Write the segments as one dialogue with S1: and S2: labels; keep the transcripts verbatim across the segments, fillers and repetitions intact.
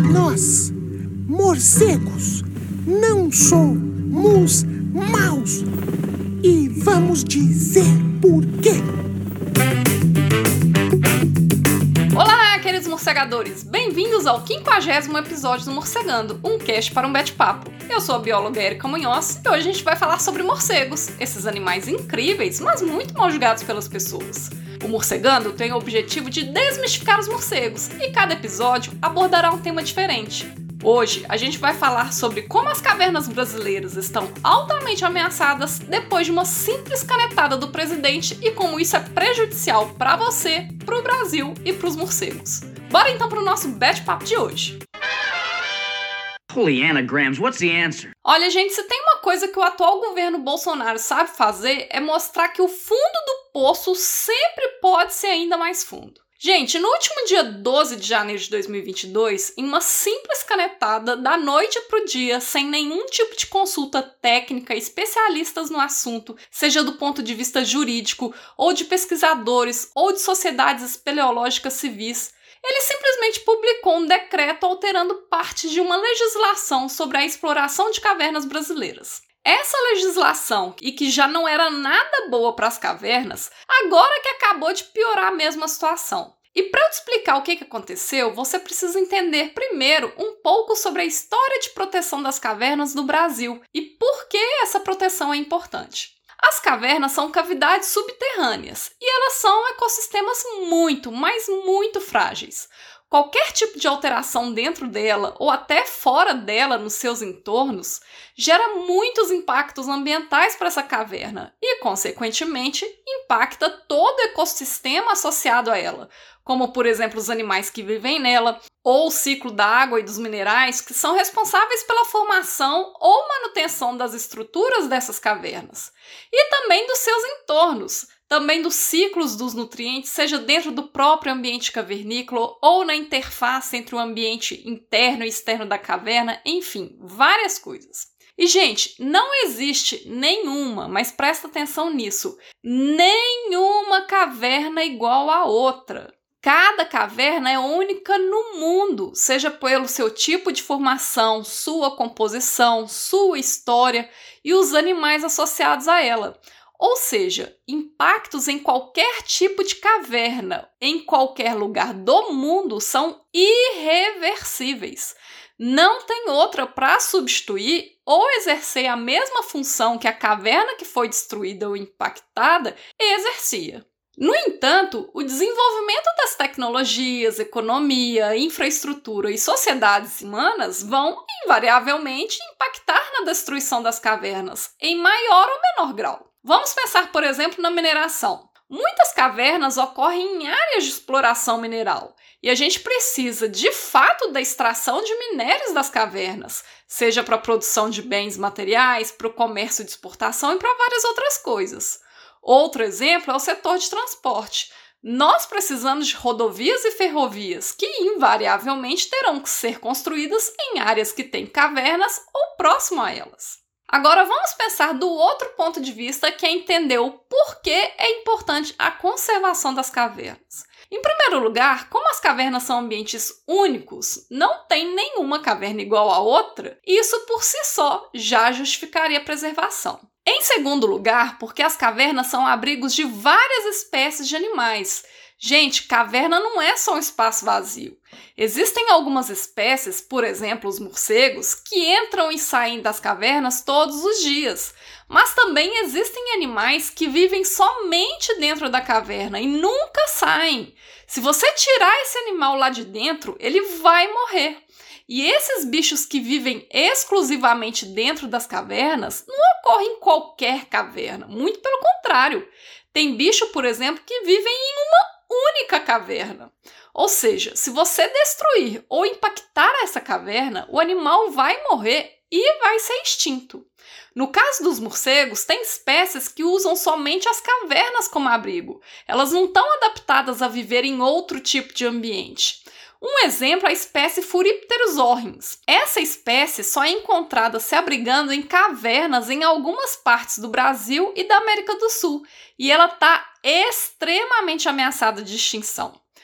S1: Nós, morcegos, não somos maus. E vamos dizer por quê.
S2: Olá, queridos morcegadores! Bem-vindos ao quinquagésimo episódio do Morcegando, um cast para um bate-papo. Eu sou a bióloga Érica Munhoz e hoje a gente vai falar sobre morcegos, esses animais incríveis, mas muito mal julgados pelas pessoas. O Morcegando tem o objetivo de desmistificar os morcegos e cada episódio abordará um tema diferente. Hoje a gente vai falar sobre como as cavernas brasileiras estão altamente ameaçadas depois de uma simples canetada do presidente e como isso é prejudicial para você, para o Brasil e para os morcegos. Bora então para o nosso bate-papo de hoje.
S3: Holy anagrams, what's the answer?
S2: Olha, gente, se tem uma coisa que o atual governo Bolsonaro sabe fazer é mostrar que o fundo do poço sempre pode ser ainda mais fundo. Gente, no último dia doze de janeiro de dois mil e vinte e dois, em uma simples canetada da noite pro dia, sem nenhum tipo de consulta técnica e especialistas no assunto, seja do ponto de vista jurídico, ou de pesquisadores, ou de sociedades espeleológicas civis, ele simplesmente publicou um decreto alterando parte de uma legislação sobre a exploração de cavernas brasileiras. Essa legislação, e que já não era nada boa para as cavernas, agora que acabou de piorar mesmo a situação. E para eu te explicar o que aconteceu, você precisa entender primeiro um pouco sobre a história de proteção das cavernas do Brasil e por que essa proteção é importante. As cavernas são cavidades subterrâneas e elas são ecossistemas muito, mas muito frágeis. Qualquer tipo de alteração dentro dela ou até fora dela nos seus entornos gera muitos impactos ambientais para essa caverna e, consequentemente, impacta todo o ecossistema associado a ela, como, por exemplo, os animais que vivem nela, ou o ciclo da água e dos minerais que são responsáveis pela formação ou manutenção das estruturas dessas cavernas, e também dos seus entornos, também dos ciclos dos nutrientes, seja dentro do próprio ambiente cavernícola ou na interface entre o ambiente interno e externo da caverna, enfim, várias coisas. E, gente, não existe nenhuma, mas presta atenção nisso, nenhuma caverna igual à outra. Cada caverna é única no mundo, seja pelo seu tipo de formação, sua composição, sua história e os animais associados a ela. Ou seja, impactos em qualquer tipo de caverna, em qualquer lugar do mundo, são irreversíveis. Não tem outra para substituir ou exercer a mesma função que a caverna que foi destruída ou impactada exercia. No entanto, o desenvolvimento das tecnologias, economia, infraestrutura e sociedades humanas vão, invariavelmente, impactar na destruição das cavernas, em maior ou menor grau. Vamos pensar, por exemplo, na mineração. Muitas cavernas ocorrem em áreas de exploração mineral e a gente precisa, de fato, da extração de minérios das cavernas, seja para a produção de bens materiais, para o comércio de exportação e para várias outras coisas. Outro exemplo é o setor de transporte. Nós precisamos de rodovias e ferrovias que, invariavelmente, terão que ser construídas em áreas que têm cavernas ou próximo a elas. Agora vamos pensar do outro ponto de vista, que é entender o porquê é importante a conservação das cavernas. Em primeiro lugar, como as cavernas são ambientes únicos, não tem nenhuma caverna igual a outra, e isso por si só já justificaria a preservação. Em segundo lugar, porque as cavernas são abrigos de várias espécies de animais. Gente, caverna não é só um espaço vazio. Existem algumas espécies, por exemplo, os morcegos, que entram e saem das cavernas todos os dias. Mas também existem animais que vivem somente dentro da caverna e nunca saem. Se você tirar esse animal lá de dentro, ele vai morrer. E esses bichos que vivem exclusivamente dentro das cavernas não ocorrem em qualquer caverna, muito pelo contrário. Tem bicho, por exemplo, que vivem em uma única caverna. Ou seja, se você destruir ou impactar essa caverna, o animal vai morrer e vai ser extinto. No caso dos morcegos, tem espécies que usam somente as cavernas como abrigo. Elas não estão adaptadas a viver em outro tipo de ambiente. Um exemplo é a espécie Furípterus horrens. Essa espécie só é encontrada se abrigando em cavernas em algumas partes do Brasil e da América do Sul, e ela está extremamente ameaçada de extinção.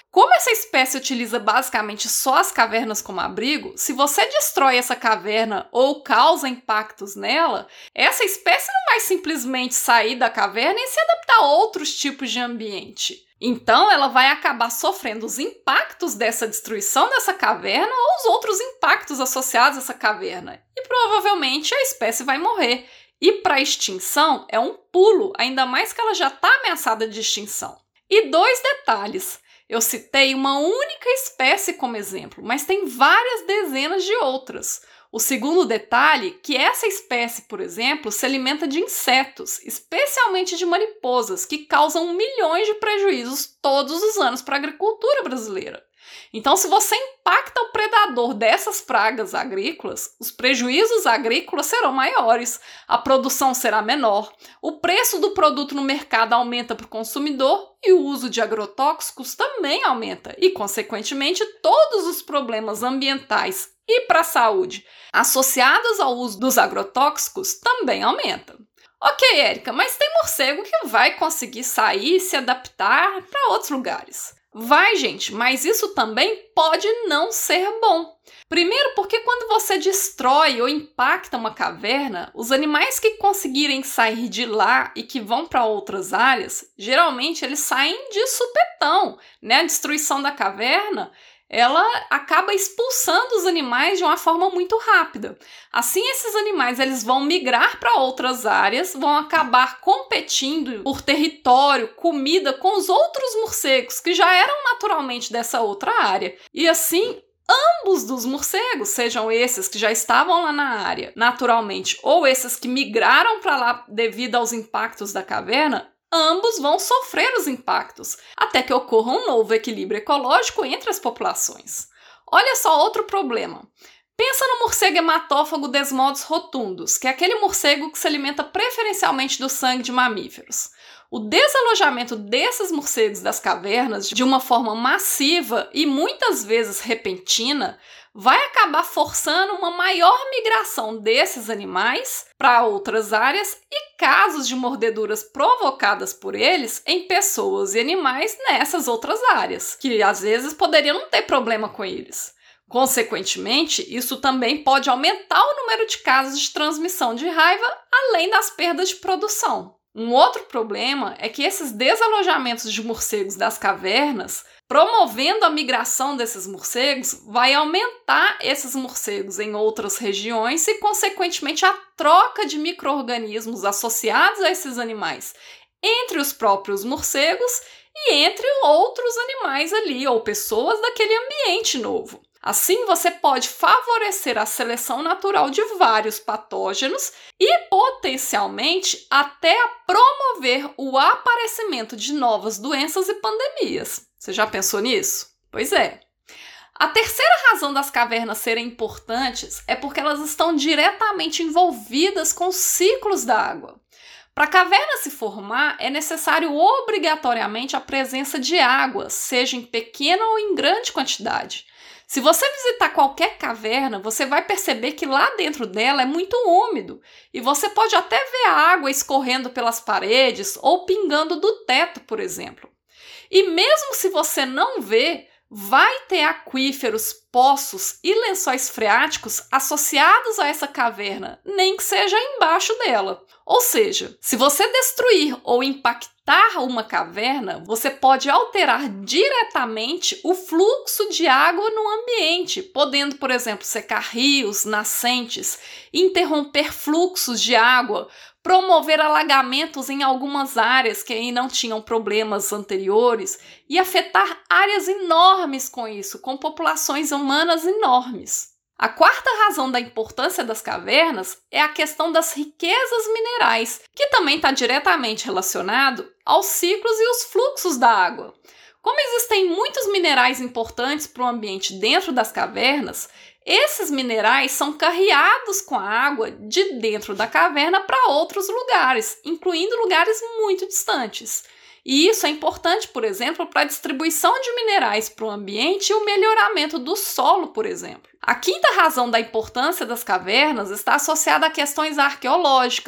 S2: Como essa espécie utiliza basicamente só as cavernas como abrigo, se você destrói essa caverna ou causa impactos nela, essa espécie não vai simplesmente sair da caverna e se adaptar a outros tipos de ambiente. Então, ela vai acabar sofrendo os impactos dessa destruição dessa caverna ou os outros impactos associados a essa caverna. E provavelmente a espécie vai morrer. E para extinção é um pulo, ainda mais que ela já está ameaçada de extinção. E dois detalhes. Eu citei uma única espécie como exemplo, mas tem várias dezenas de outras. O segundo detalhe é que essa espécie, por exemplo, se alimenta de insetos, especialmente de mariposas, que causam milhões de prejuízos todos os anos para a agricultura brasileira. Então, se você impacta o predador dessas pragas agrícolas, os prejuízos agrícolas serão maiores, a produção será menor, o preço do produto no mercado aumenta para o consumidor e o uso de agrotóxicos também aumenta e, consequentemente, todos os problemas ambientais e para a saúde associados ao uso dos agrotóxicos também aumentam. Ok, Érica, mas tem morcego que vai conseguir sair e se adaptar para outros lugares. Vai, gente, mas isso também pode não ser bom. Primeiro porque quando você destrói ou impacta uma caverna, os animais que conseguirem sair de lá e que vão para outras áreas, geralmente eles saem de supetão, né? A destruição da caverna, ela acaba expulsando os animais de uma forma muito rápida. Assim, esses animais eles vão migrar para outras áreas, vão acabar competindo por território, comida com os outros morcegos que já eram naturalmente dessa outra área. E assim, ambos dos morcegos, sejam esses que já estavam lá na área naturalmente ou esses que migraram para lá devido aos impactos da caverna, ambos vão sofrer os impactos, até que ocorra um novo equilíbrio ecológico entre as populações. Olha só outro problema. Pensa no morcego hematófago Desmodus rotundus, que é aquele morcego que se alimenta preferencialmente do sangue de mamíferos. O desalojamento desses morcegos das cavernas de uma forma massiva e muitas vezes repentina vai acabar forçando uma maior migração desses animais para outras áreas e casos de mordeduras provocadas por eles em pessoas e animais nessas outras áreas, que às vezes poderiam não ter problema com eles. Consequentemente, isso também pode aumentar o número de casos de transmissão de raiva, além das perdas de produção. Um outro problema é que esses desalojamentos de morcegos das cavernas, promovendo a migração desses morcegos, vai aumentar esses morcegos em outras regiões e, consequentemente, a troca de micro-organismos associados a esses animais entre os próprios morcegos e entre outros animais ali, ou pessoas daquele ambiente novo. Assim, você pode favorecer a seleção natural de vários patógenos e, potencialmente, até promover o aparecimento de novas doenças e pandemias. Você já pensou nisso? Pois é. A terceira razão das cavernas serem importantes é porque elas estão diretamente envolvidas com os ciclos da água. Para a caverna se formar, é necessário obrigatoriamente a presença de água, seja em pequena ou em grande quantidade. Se você visitar qualquer caverna, você vai perceber que lá dentro dela é muito úmido e você pode até ver a água escorrendo pelas paredes ou pingando do teto, por exemplo. E mesmo se você não vê, vai ter aquíferos, poços e lençóis freáticos associados a essa caverna, nem que seja embaixo dela. Ou seja, se você destruir ou impactar uma caverna, você pode alterar diretamente o fluxo de água no ambiente, podendo, por exemplo, secar rios, nascentes, interromper fluxos de água, promover alagamentos em algumas áreas que aí não tinham problemas anteriores e afetar áreas enormes com isso, com populações humanas enormes. A quarta razão da importância das cavernas é a questão das riquezas minerais, que também está diretamente relacionado aos ciclos e os fluxos da água. Como existem muitos minerais importantes para o ambiente dentro das cavernas, esses minerais são carreados com a água de dentro da caverna para outros lugares, incluindo lugares muito distantes. E isso é importante, por exemplo, para a distribuição de minerais para o ambiente e o melhoramento do solo, por exemplo. A quinta razão da importância das cavernas está associada a questões arqueológicas,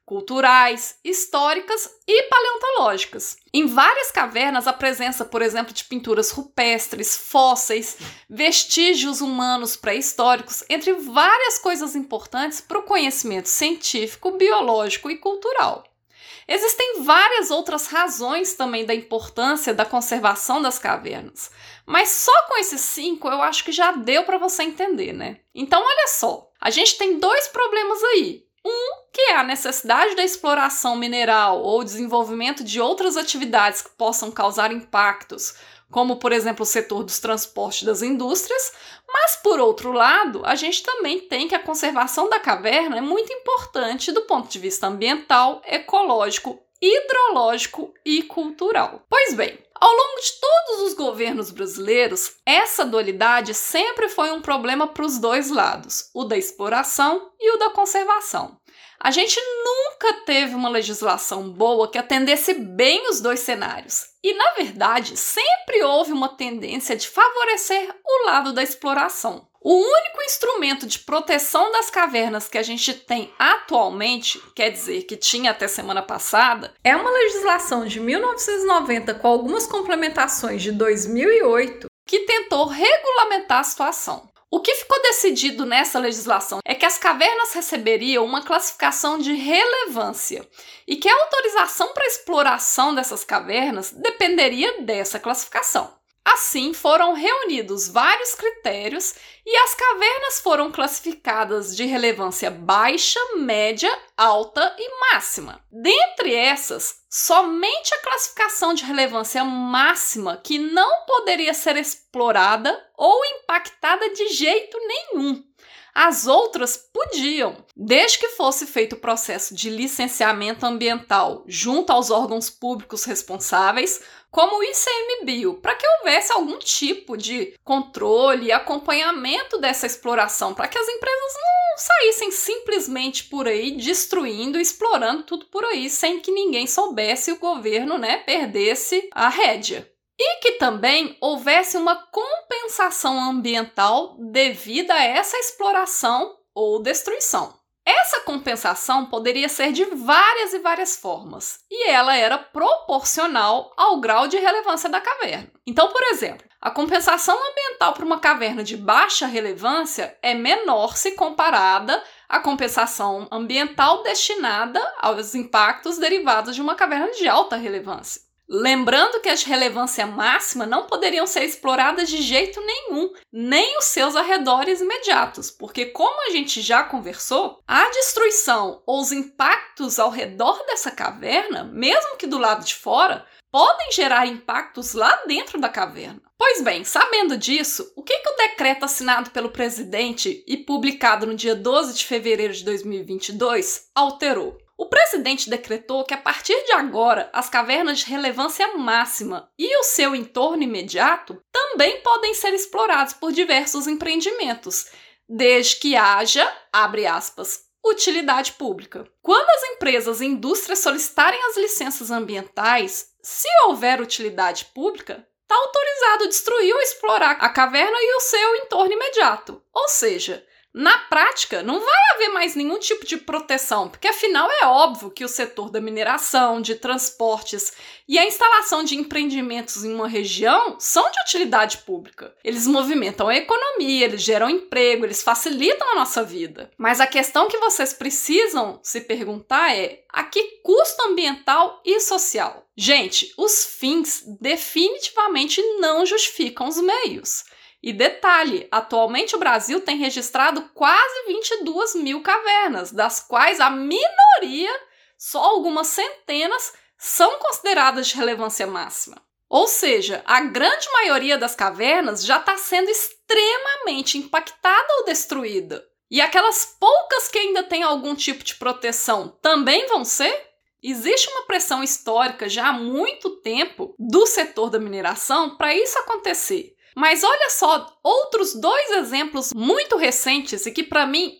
S2: culturais, históricas e paleontológicas. Em várias cavernas, a presença, por exemplo, de pinturas rupestres, fósseis, vestígios humanos pré-históricos, entre várias coisas importantes para o conhecimento científico, biológico e cultural. Existem várias outras razões também da importância da conservação das cavernas, mas só com esses cinco eu acho que já deu para você entender, né? Então olha só, a gente tem dois problemas aí. Um, que é a necessidade da exploração mineral ou desenvolvimento de outras atividades que possam causar impactos, como, por exemplo, o setor dos transportes das indústrias, mas, por outro lado, a gente também tem que a conservação da caverna é muito importante do ponto de vista ambiental, ecológico, hidrológico e cultural. Pois bem, ao longo de todos os governos brasileiros, essa dualidade sempre foi um problema para os dois lados, o da exploração e o da conservação. A gente nunca teve uma legislação boa que atendesse bem os dois cenários. E, na verdade, sempre houve uma tendência de favorecer o lado da exploração. O único instrumento de proteção das cavernas que a gente tem atualmente, quer dizer, que tinha até semana passada, é uma legislação de mil novecentos e noventa com algumas complementações de dois mil e oito que tentou regulamentar a situação. O que ficou decidido nessa legislação é que as cavernas receberiam uma classificação de relevância e que a autorização para a exploração dessas cavernas dependeria dessa classificação. Assim, foram reunidos vários critérios e as cavernas foram classificadas de relevância baixa, média, alta e máxima. Dentre essas, somente a classificação de relevância máxima, que não poderia ser explorada ou impactada de jeito nenhum. As outras podiam, desde que fosse feito o processo de licenciamento ambiental junto aos órgãos públicos responsáveis, como o I C M Bio, para que houvesse algum tipo de controle e acompanhamento dessa exploração, para que as empresas não saíssem simplesmente por aí destruindo e explorando tudo por aí, sem que ninguém soubesse e o governo, né, perdesse a rédea. E que também houvesse uma compensação ambiental devida a essa exploração ou destruição. Essa compensação poderia ser de várias e várias formas, e ela era proporcional ao grau de relevância da caverna. Então, por exemplo, a compensação ambiental para uma caverna de baixa relevância é menor se comparada à compensação ambiental destinada aos impactos derivados de uma caverna de alta relevância. Lembrando que as de relevância máxima não poderiam ser exploradas de jeito nenhum, nem os seus arredores imediatos, porque, como a gente já conversou, a destruição ou os impactos ao redor dessa caverna, mesmo que do lado de fora, podem gerar impactos lá dentro da caverna. Pois bem, sabendo disso, o que, que o decreto assinado pelo presidente e publicado no dia doze de fevereiro de dois mil e vinte e dois alterou? O presidente decretou que, a partir de agora, as cavernas de relevância máxima e o seu entorno imediato também podem ser explorados por diversos empreendimentos, desde que haja, abre aspas, utilidade pública. Quando as empresas e indústrias solicitarem as licenças ambientais, se houver utilidade pública, está autorizado destruir ou explorar a caverna e o seu entorno imediato. Ou seja, na prática, não vai haver mais nenhum tipo de proteção, porque afinal é óbvio que o setor da mineração, de transportes e a instalação de empreendimentos em uma região são de utilidade pública. Eles movimentam a economia, eles geram emprego, eles facilitam a nossa vida. Mas a questão que vocês precisam se perguntar é: a que custo ambiental e social? Gente, os fins definitivamente não justificam os meios. E detalhe, atualmente o Brasil tem registrado quase vinte e duas mil cavernas, das quais a minoria, só algumas centenas, são consideradas de relevância máxima. Ou seja, a grande maioria das cavernas já está sendo extremamente impactada ou destruída. E aquelas poucas que ainda têm algum tipo de proteção também vão ser? Existe uma pressão histórica já há muito tempo do setor da mineração para isso acontecer. Mas olha só, outros dois exemplos muito recentes e que para mim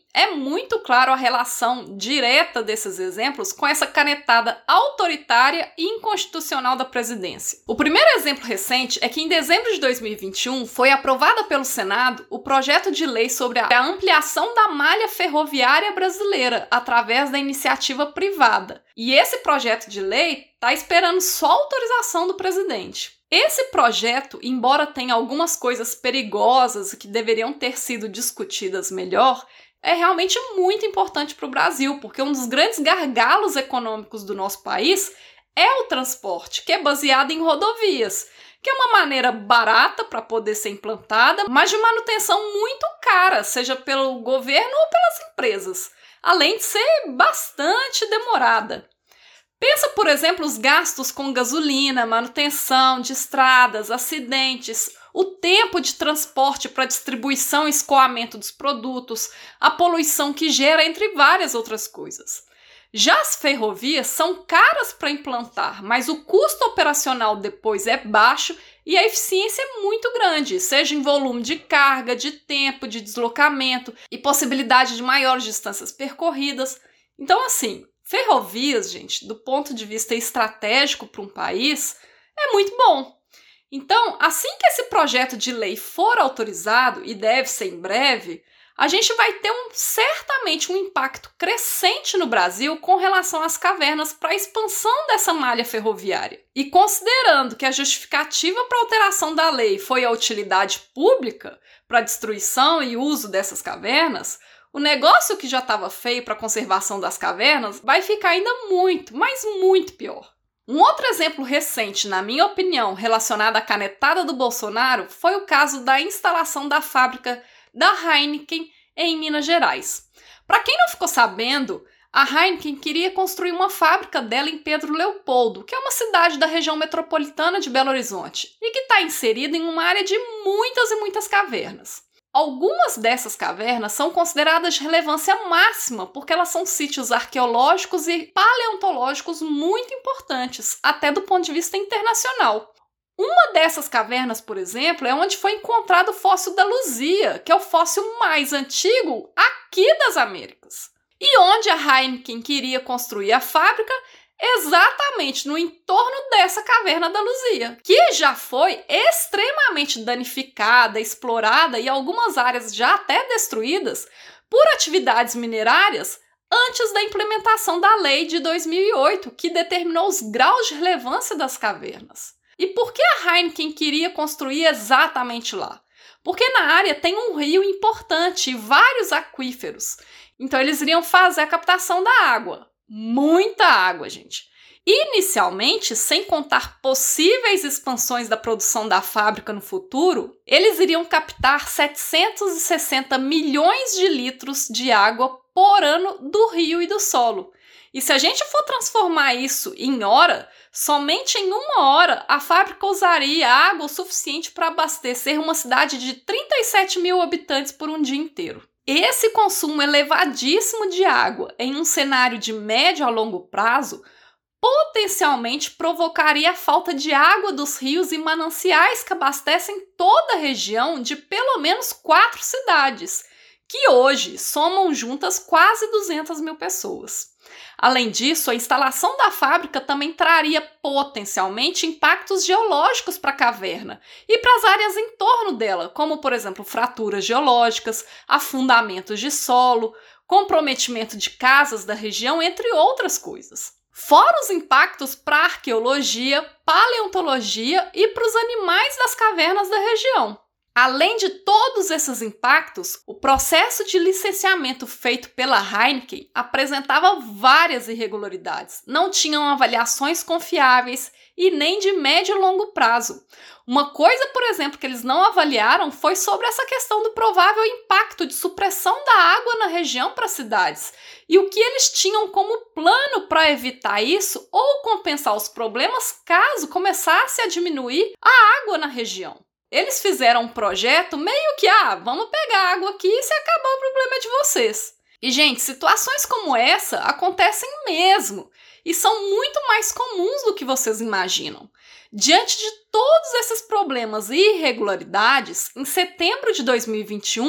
S2: é muito claro a relação direta desses exemplos com essa canetada autoritária e inconstitucional da presidência. O primeiro exemplo recente é que em dezembro de dois mil e vinte e um foi aprovado pelo Senado o projeto de lei sobre a ampliação da malha ferroviária brasileira através da iniciativa privada. E esse projeto de lei está esperando só a autorização do presidente. Esse projeto, embora tenha algumas coisas perigosas que deveriam ter sido discutidas melhor, é realmente muito importante para o Brasil, porque um dos grandes gargalos econômicos do nosso país é o transporte, que é baseado em rodovias, que é uma maneira barata para poder ser implantada, mas de manutenção muito cara, seja pelo governo ou pelas empresas, além de ser bastante demorada. Pensa, por exemplo, os gastos com gasolina, manutenção de estradas, acidentes, o tempo de transporte para distribuição e escoamento dos produtos, a poluição que gera, entre várias outras coisas. Já as ferrovias são caras para implantar, mas o custo operacional depois é baixo e a eficiência é muito grande, seja em volume de carga, de tempo, de deslocamento e possibilidade de maiores distâncias percorridas. Então, assim, ferrovias, gente, do ponto de vista estratégico para um país, é muito bom. Então, assim que esse projeto de lei for autorizado, e deve ser em breve, a gente vai ter um, certamente um impacto crescente no Brasil com relação às cavernas para a expansão dessa malha ferroviária. E considerando que a justificativa para a alteração da lei foi a utilidade pública para a destruição e uso dessas cavernas, o negócio que já estava feio para a conservação das cavernas vai ficar ainda muito, mas muito pior. Um outro exemplo recente, na minha opinião, relacionado à canetada do Bolsonaro, foi o caso da instalação da fábrica da Heineken em Minas Gerais. Para quem não ficou sabendo, a Heineken queria construir uma fábrica dela em Pedro Leopoldo, que é uma cidade da região metropolitana de Belo Horizonte, e que está inserida em uma área de muitas e muitas cavernas. Algumas dessas cavernas são consideradas de relevância máxima porque elas são sítios arqueológicos e paleontológicos muito importantes, até do ponto de vista internacional. Uma dessas cavernas, por exemplo, é onde foi encontrado o fóssil da Luzia, que é o fóssil mais antigo aqui das Américas. E onde a Heineken queria construir a fábrica, exatamente no entorno dessa caverna da Luzia, que já foi extremamente danificada, explorada e algumas áreas já até destruídas por atividades minerárias antes da implementação da lei de dois mil e oito, que determinou os graus de relevância das cavernas. E por que a Heineken queria construir exatamente lá? Porque na área tem um rio importante e vários aquíferos, então eles iriam fazer a captação da água. Muita água, gente. Inicialmente, sem contar possíveis expansões da produção da fábrica no futuro, eles iriam captar setecentos e sessenta milhões de litros de água por ano do rio e do solo. E se a gente for transformar isso em hora, somente em uma hora a fábrica usaria água o suficiente para abastecer uma cidade de trinta e sete mil habitantes por um dia inteiro. Esse consumo elevadíssimo de água em um cenário de médio a longo prazo potencialmente provocaria a falta de água dos rios e mananciais que abastecem toda a região de pelo menos quatro cidades, que hoje somam juntas quase duzentas mil pessoas. Além disso, a instalação da fábrica também traria potencialmente impactos geológicos para a caverna e para as áreas em torno dela, como, por exemplo, fraturas geológicas, afundamentos de solo, comprometimento de casas da região, entre outras coisas. Fora os impactos para a arqueologia, paleontologia e para os animais das cavernas da região. Além de todos esses impactos, o processo de licenciamento feito pela Heineken apresentava várias irregularidades, não tinham avaliações confiáveis e nem de médio e longo prazo. Uma coisa, por exemplo, que eles não avaliaram foi sobre essa questão do provável impacto de supressão da água na região para as cidades e o que eles tinham como plano para evitar isso ou compensar os problemas caso começasse a diminuir a água na região. Eles fizeram um projeto meio que, ah, vamos pegar água aqui e se acabar o problema de vocês. E, gente, situações como essa acontecem mesmo e são muito mais comuns do que vocês imaginam. Diante de todos esses problemas e irregularidades, em setembro de dois mil e vinte e um,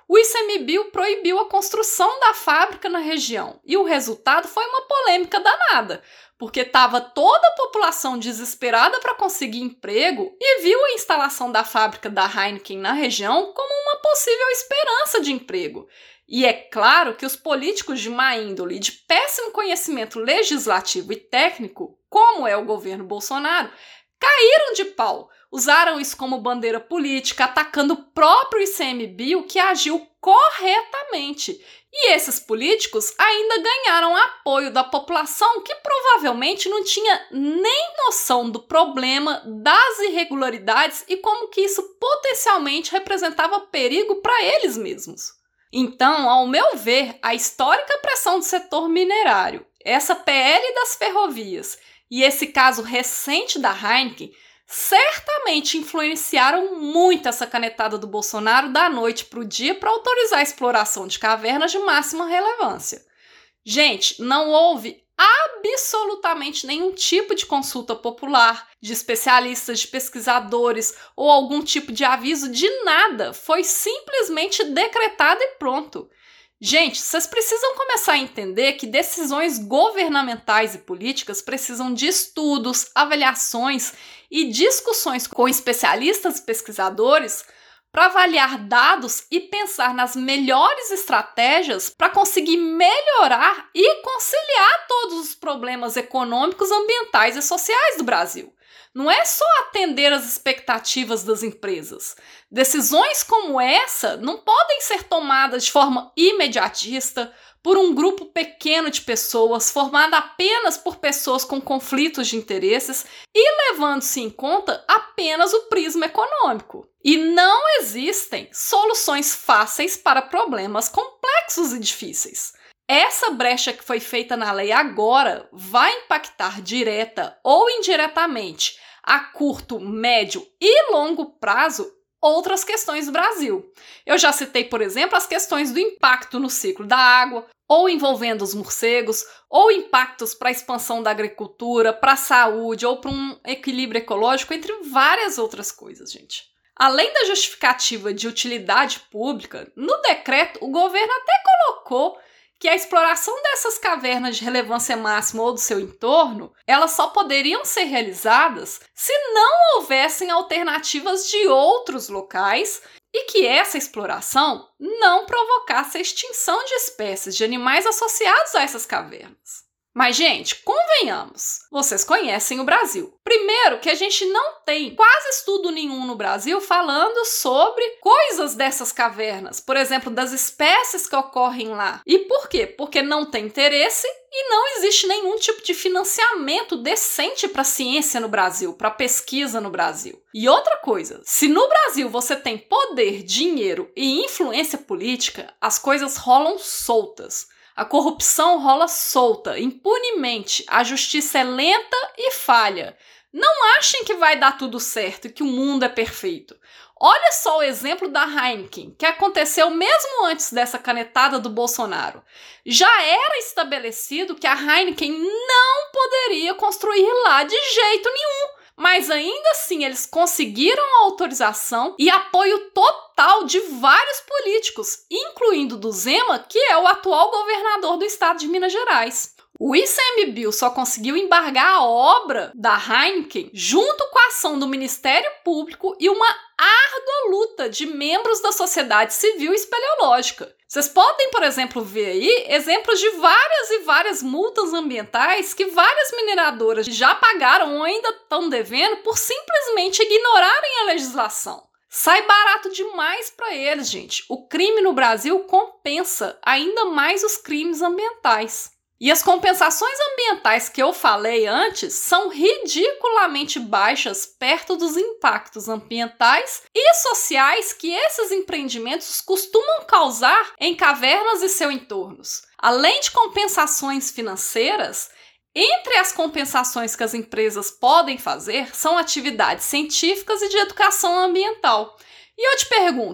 S2: O ICMBio proibiu a construção da fábrica na região e o resultado foi uma polêmica danada, porque estava toda a população desesperada para conseguir emprego e viu a instalação da fábrica da Heineken na região como uma possível esperança de emprego. E é claro que os políticos de má índole e de péssimo conhecimento legislativo e técnico, como é o governo Bolsonaro, caíram de pau, usaram isso como bandeira política, atacando o próprio ICMBio que agiu corretamente. E esses políticos ainda ganharam apoio da população que provavelmente não tinha nem noção do problema, das irregularidades e como que isso potencialmente representava perigo para eles mesmos. Então, ao meu ver, a histórica pressão do setor minerário, essa P L das ferrovias e esse caso recente da Heineken certamente influenciaram muito essa canetada do Bolsonaro da noite para o dia para autorizar a exploração de cavernas de máxima relevância. Gente, não houve absolutamente nenhum tipo de consulta popular, de especialistas, de pesquisadores ou algum tipo de aviso de nada. Foi simplesmente decretado e pronto. Gente, vocês precisam começar a entender que decisões governamentais e políticas precisam de estudos, avaliações e discussões com especialistas e pesquisadores para avaliar dados e pensar nas melhores estratégias para conseguir melhorar e conciliar todos os problemas econômicos, ambientais e sociais do Brasil. Não é só atender às expectativas das empresas. Decisões como essa não podem ser tomadas de forma imediatista por um grupo pequeno de pessoas, formado apenas por pessoas com conflitos de interesses e levando-se em conta apenas o prisma econômico. E não existem soluções fáceis para problemas complexos e difíceis. Essa brecha que foi feita na lei agora vai impactar direta ou indiretamente, a curto, médio e longo prazo, outras questões do Brasil. Eu já citei, por exemplo, as questões do impacto no ciclo da água, ou envolvendo os morcegos, ou impactos para a expansão da agricultura, para a saúde, ou para um equilíbrio ecológico, entre várias outras coisas, gente. Além da justificativa de utilidade pública, no decreto o governo até colocou que a exploração dessas cavernas de relevância máxima ou do seu entorno, elas só poderiam ser realizadas se não houvessem alternativas de outros locais e que essa exploração não provocasse a extinção de espécies de animais associados a essas cavernas. Mas, gente, convenhamos, vocês conhecem o Brasil. Primeiro, que a gente não tem quase estudo nenhum no Brasil falando sobre coisas dessas cavernas, por exemplo, das espécies que ocorrem lá. E por quê? Porque não tem interesse e não existe nenhum tipo de financiamento decente para a ciência no Brasil, para a pesquisa no Brasil. E outra coisa, se no Brasil você tem poder, dinheiro e influência política, as coisas rolam soltas. A corrupção rola solta, impunemente, a justiça é lenta e falha. Não achem que vai dar tudo certo e que o mundo é perfeito. Olha só o exemplo da Heineken, que aconteceu mesmo antes dessa canetada do Bolsonaro. Já era estabelecido que a Heineken não poderia construir lá de jeito nenhum. Mas ainda assim eles conseguiram a autorização e apoio total de vários políticos, incluindo do Zema, que é o atual governador do estado de Minas Gerais. O ICMBio só conseguiu embargar a obra da Heineken junto com a ação do Ministério Público e uma árdua luta de membros da sociedade civil e espeleológica. Vocês podem, por exemplo, ver aí exemplos de várias e várias multas ambientais que várias mineradoras já pagaram ou ainda estão devendo por simplesmente ignorarem a legislação. Sai barato demais para eles, gente. O crime no Brasil compensa ainda mais os crimes ambientais. E as compensações ambientais que eu falei antes são ridiculamente baixas perto dos impactos ambientais e sociais que esses empreendimentos costumam causar em cavernas e seus entornos. Além de compensações financeiras, entre as compensações que as empresas podem fazer são atividades científicas e de educação ambiental. E eu te pergunto,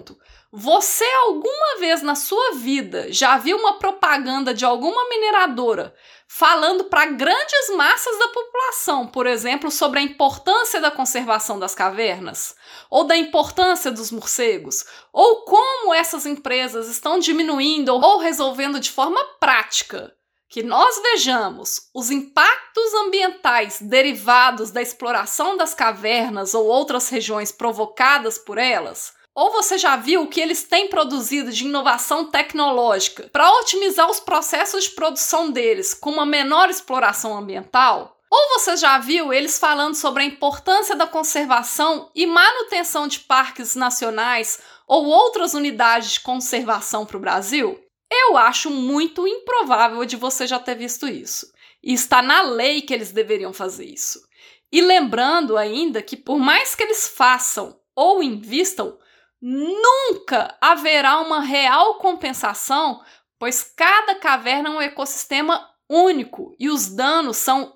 S2: Você alguma vez na sua vida já viu uma propaganda de alguma mineradora falando para grandes massas da população, por exemplo, sobre a importância da conservação das cavernas? Ou da importância dos morcegos? Ou como essas empresas estão diminuindo ou resolvendo de forma prática que nós vejamos os impactos ambientais derivados da exploração das cavernas ou outras regiões provocadas por elas? Ou você já viu o que eles têm produzido de inovação tecnológica para otimizar os processos de produção deles com uma menor exploração ambiental? Ou você já viu eles falando sobre a importância da conservação e manutenção de parques nacionais ou outras unidades de conservação para o Brasil? Eu acho muito improvável de você já ter visto isso. E está na lei que eles deveriam fazer isso. E lembrando ainda que por mais que eles façam ou invistam, nunca haverá uma real compensação, pois cada caverna é um ecossistema único e os danos são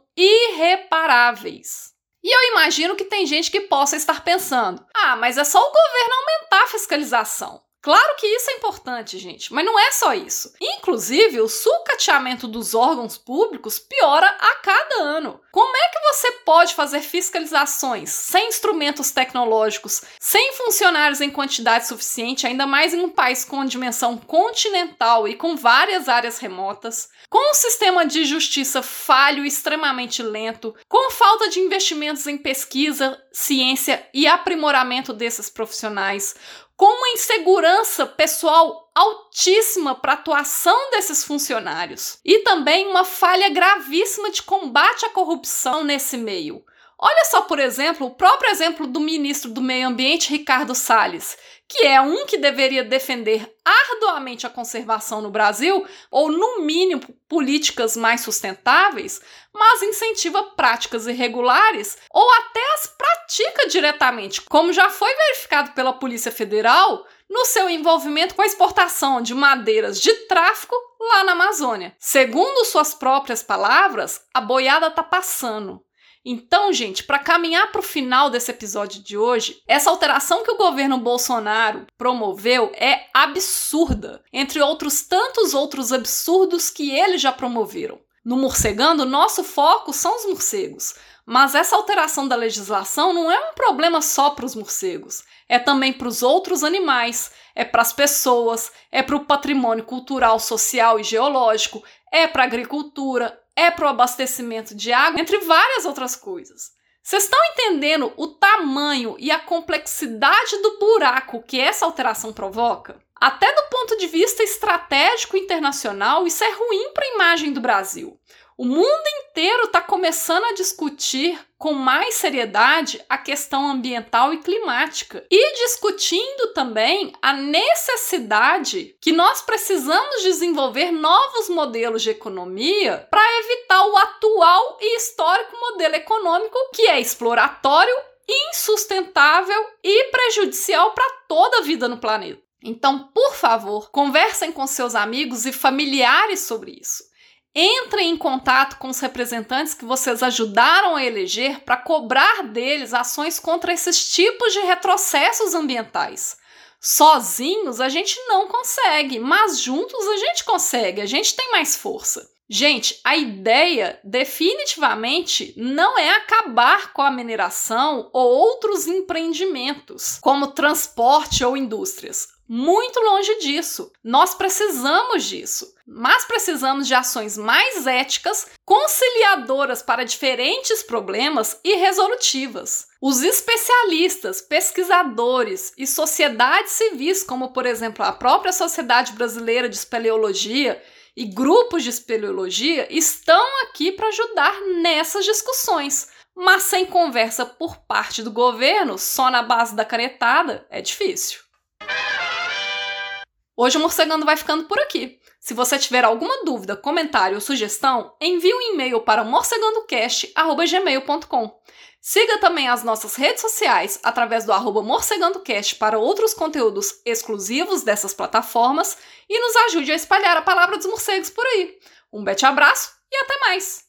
S2: irreparáveis. E eu imagino que tem gente que possa estar pensando: ah, mas é só o governo aumentar a fiscalização. Claro que isso é importante, gente, mas não é só isso. Inclusive, o sucateamento dos órgãos públicos piora a cada ano. Como é que você pode fazer fiscalizações sem instrumentos tecnológicos, sem funcionários em quantidade suficiente, ainda mais em um país com dimensão continental e com várias áreas remotas, com um sistema de justiça falho e extremamente lento, com falta de investimentos em pesquisa, ciência e aprimoramento desses profissionais, com uma insegurança pessoal altíssima para a atuação desses funcionários e também uma falha gravíssima de combate à corrupção nesse meio. Olha só, por exemplo, o próprio exemplo do ministro do Meio Ambiente, Ricardo Salles, que é um que deveria defender arduamente a conservação no Brasil, ou no mínimo políticas mais sustentáveis, mas incentiva práticas irregulares ou até as pratica diretamente, como já foi verificado pela Polícia Federal no seu envolvimento com a exportação de madeiras de tráfico lá na Amazônia. Segundo suas próprias palavras, a boiada tá passando. Então, gente, para caminhar para o final desse episódio de hoje, essa alteração que o governo Bolsonaro promoveu é absurda, entre outros tantos outros absurdos que eles já promoveram. No Morcegando, nosso foco são os morcegos, mas essa alteração da legislação não é um problema só para os morcegos, é também para os outros animais, é para as pessoas, é para o patrimônio cultural, social e geológico, é para a agricultura, é para o abastecimento de água, entre várias outras coisas. Vocês estão entendendo o tamanho e a complexidade do buraco que essa alteração provoca? Até do ponto de vista estratégico internacional, isso é ruim para a imagem do Brasil. O mundo inteiro está começando a discutir com mais seriedade a questão ambiental e climática e discutindo também a necessidade que nós precisamos desenvolver novos modelos de economia para evitar o atual e histórico modelo econômico que é exploratório, insustentável e prejudicial para toda a vida no planeta. Então, por favor, conversem com seus amigos e familiares sobre isso. Entrem em contato com os representantes que vocês ajudaram a eleger para cobrar deles ações contra esses tipos de retrocessos ambientais. Sozinhos a gente não consegue, mas juntos a gente consegue, a gente tem mais força. Gente, a ideia definitivamente não é acabar com a mineração ou outros empreendimentos, como transporte ou indústrias. Muito longe disso. Nós precisamos disso, mas precisamos de ações mais éticas, conciliadoras para diferentes problemas e resolutivas. Os especialistas, pesquisadores e sociedades civis, como por exemplo a própria Sociedade Brasileira de Espeleologia e grupos de espeleologia, estão aqui para ajudar nessas discussões. Mas sem conversa por parte do governo, só na base da canetada, é difícil. Hoje o Morcegando vai ficando por aqui. Se você tiver alguma dúvida, comentário ou sugestão, envie um e-mail para morcegandocast arroba gmail ponto com. Siga também as nossas redes sociais através do arroba morcegandocast para outros conteúdos exclusivos dessas plataformas e nos ajude a espalhar a palavra dos morcegos por aí. Um bete abraço e até mais!